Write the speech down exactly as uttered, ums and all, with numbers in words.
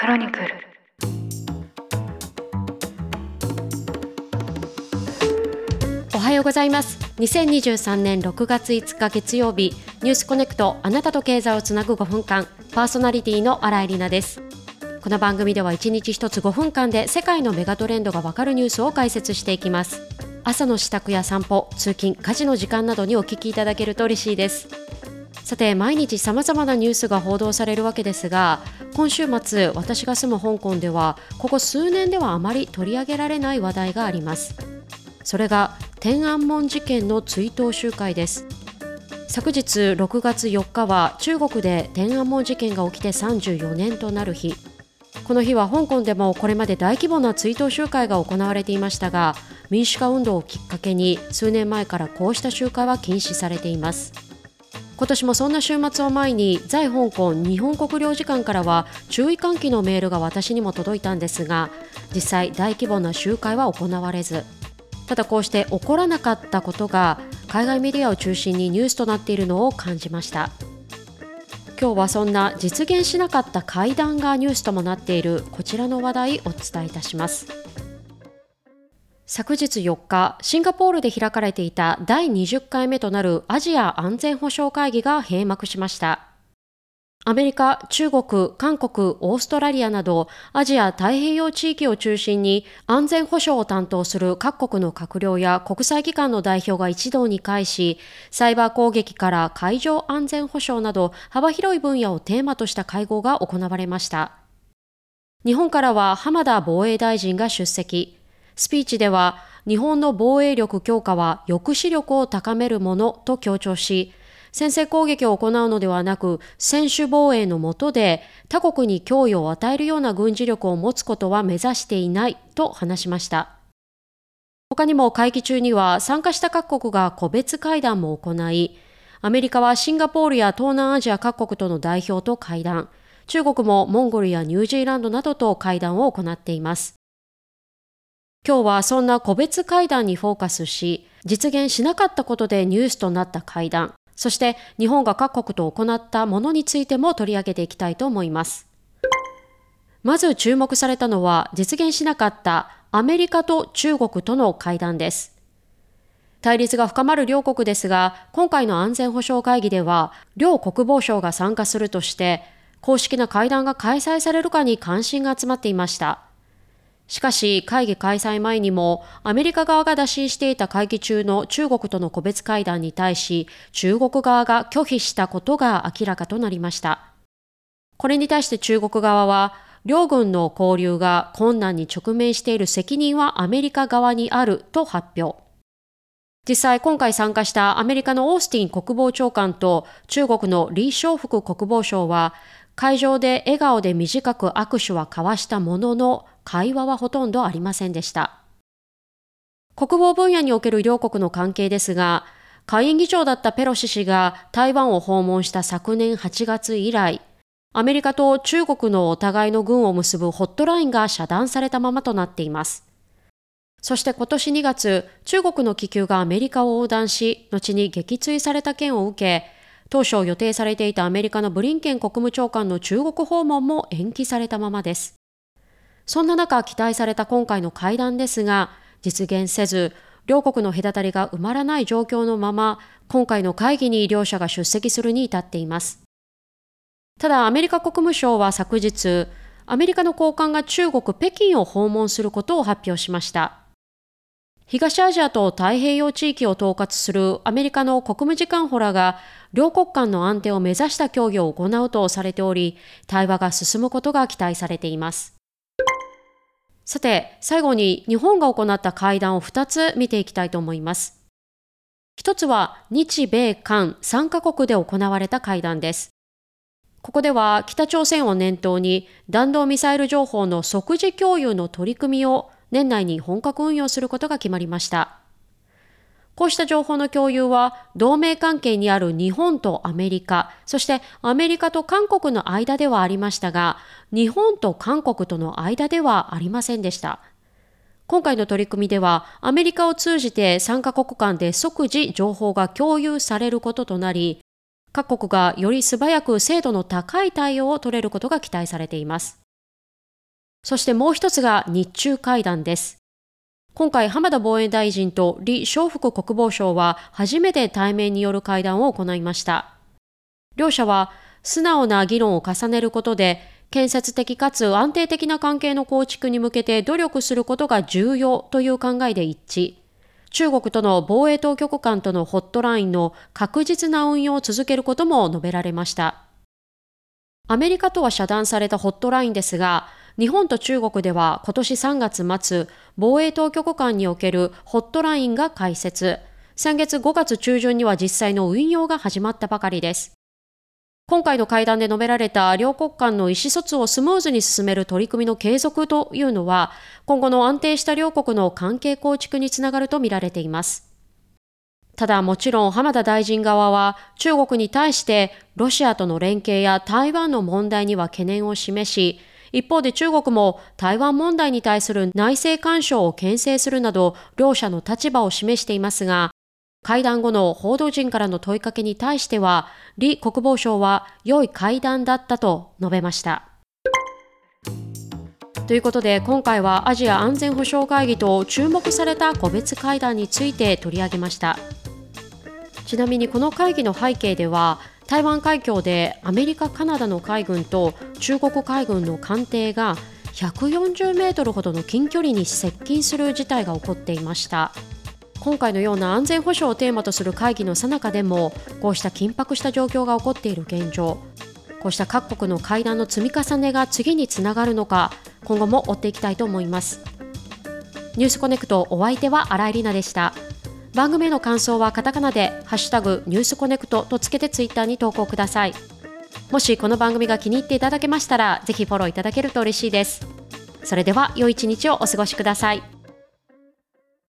クロニクル。 おはようございます。にせんにじゅうさんねんろくがついつか月曜日、ニュースコネクト、あなたと経済をつなぐごふんかん、パーソナリティの新井里奈です。この番組ではいちにちひとつごふんかんで世界のメガトレンドがわかるニュースを解説していきます。朝の支度や散歩、通勤、家事の時間などにお聞きいただけると嬉しいです。さて、毎日様々なニュースが報道されるわけですが、今週末私が住む香港ではここ数年ではあまり取り上げられない話題があります。それが天安門事件の追悼集会です。昨日ろくがつよっかは中国で天安門事件が起きてさんじゅうよねんとなる日。この日は香港でもこれまで大規模な追悼集会が行われていましたが、民主化運動をきっかけに数年前からこうした集会は禁止されています。今年もそんな週末を前に在香港日本国領事館からは注意喚起のメールが私にも届いたんですが、実際大規模な集会は行われず、ただこうして起こらなかったことが海外メディアを中心にニュースとなっているのを感じました。今日はそんな実現しなかった会談がニュースともなっているこちらの話題をお伝えいたします。昨日よっか、シンガポールで開かれていただいにじゅっかいめとなるアジア安全保障会議が閉幕しました。アメリカ、中国、韓国、オーストラリアなどアジア太平洋地域を中心に安全保障を担当する各国の閣僚や国際機関の代表が一堂に会し、サイバー攻撃から海上安全保障など幅広い分野をテーマとした会合が行われました。日本からは浜田防衛大臣が出席。スピーチでは、日本の防衛力強化は抑止力を高めるものと強調し、先制攻撃を行うのではなく、専守防衛の下で他国に脅威を与えるような軍事力を持つことは目指していないと話しました。他にも会議中には参加した各国が個別会談も行い、アメリカはシンガポールや東南アジア各国との代表と会談、中国もモンゴルやニュージーランドなどと会談を行っています。今日はそんな個別会談にフォーカスし、実現しなかったことでニュースとなった会談、そして日本が各国と行ったものについても取り上げていきたいと思います。まず注目されたのは実現しなかったアメリカと中国との会談です。対立が深まる両国ですが、今回の安全保障会議では両国防相が参加するとして、公式な会談が開催されるかに関心が集まっていました。しかし会議開催前にもアメリカ側が打診していた会議中の中国との個別会談に対し中国側が拒否したことが明らかとなりました。これに対して中国側は両軍の交流が困難に直面している責任はアメリカ側にあると発表。実際今回参加したアメリカのオースティン国防長官と中国の李尚福国防相は会場で笑顔で短く握手は交わしたものの会話はほとんどありませんでした。国防分野における両国の関係ですが、下院議長だったペロシ氏が台湾を訪問した昨年はちがつ以来、アメリカと中国のお互いの軍を結ぶホットラインが遮断されたままとなっています。そして今年にがつ、中国の気球がアメリカを横断し、後に撃墜された件を受け、当初予定されていたアメリカのブリンケン国務長官の中国訪問も延期されたままです。そんな中期待された今回の会談ですが、実現せず、両国の隔たりが埋まらない状況のまま、今回の会議に両者が出席するに至っています。ただアメリカ国務省は昨日、アメリカの高官が中国北京を訪問することを発表しました。東アジアと太平洋地域を統括するアメリカの国務次官補らが両国間の安定を目指した協議を行うとされており、対話が進むことが期待されています。さて、最後に日本が行った会談をふたつ見ていきたいと思います。一つは日米韓さんかこくで行われた会談です。ここでは北朝鮮を念頭に弾道ミサイル情報の即時共有の取り組みを年内に本格運用することが決まりました。こうした情報の共有は同盟関係にある日本とアメリカ、そしてアメリカと韓国の間ではありましたが、日本と韓国との間ではありませんでした。今回の取り組みではアメリカを通じてさんかこく間で即時情報が共有されることとなり、各国がより素早く精度の高い対応を取れることが期待されています。 そしてもう一つが日中会談です。今回浜田防衛大臣と李尚福国防相は初めて対面による会談を行いました。両者は素直な議論を重ねることで建設的かつ安定的な関係の構築に向けて努力することが重要という考えで一致。中国との防衛当局間とのホットラインの確実な運用を続けることも述べられました。アメリカとは遮断されたホットラインですが、日本と中国では今年さんがつ末、防衛当局間におけるホットラインが開設。先月ごがつ中旬には実際の運用が始まったばかりです。今回の会談で述べられた両国間の意思疎通をスムーズに進める取り組みの継続というのは、今後の安定した両国の関係構築につながると見られています。ただもちろん浜田大臣側は中国に対してロシアとの連携や台湾の問題には懸念を示し、一方で中国も台湾問題に対する内政干渉を牽制するなど両者の立場を示していますが、会談後の報道陣からの問いかけに対しては、李国防相は良い会談だったと述べました。ということで今回はアジア安全保障会議と注目された個別会談について取り上げました。ちなみにこの会議の背景では、台湾海峡でアメリカ・カナダの海軍と中国海軍の艦艇がひゃくよんじゅうメートルほどの近距離に接近する事態が起こっていました。今回のような安全保障をテーマとする会議の最中でも、こうした緊迫した状況が起こっている現状、こうした各国の会談の積み重ねが次につながるのか、今後も追っていきたいと思います。ニュースコネクト、お相手は新井里奈でした。番組への感想はカタカナでハッシュタグニュースコネクトとつけてツイッターに投稿ください。もしこの番組が気に入っていただけましたら、ぜひフォローいただけると嬉しいです。それでは良い一日をお過ごしください。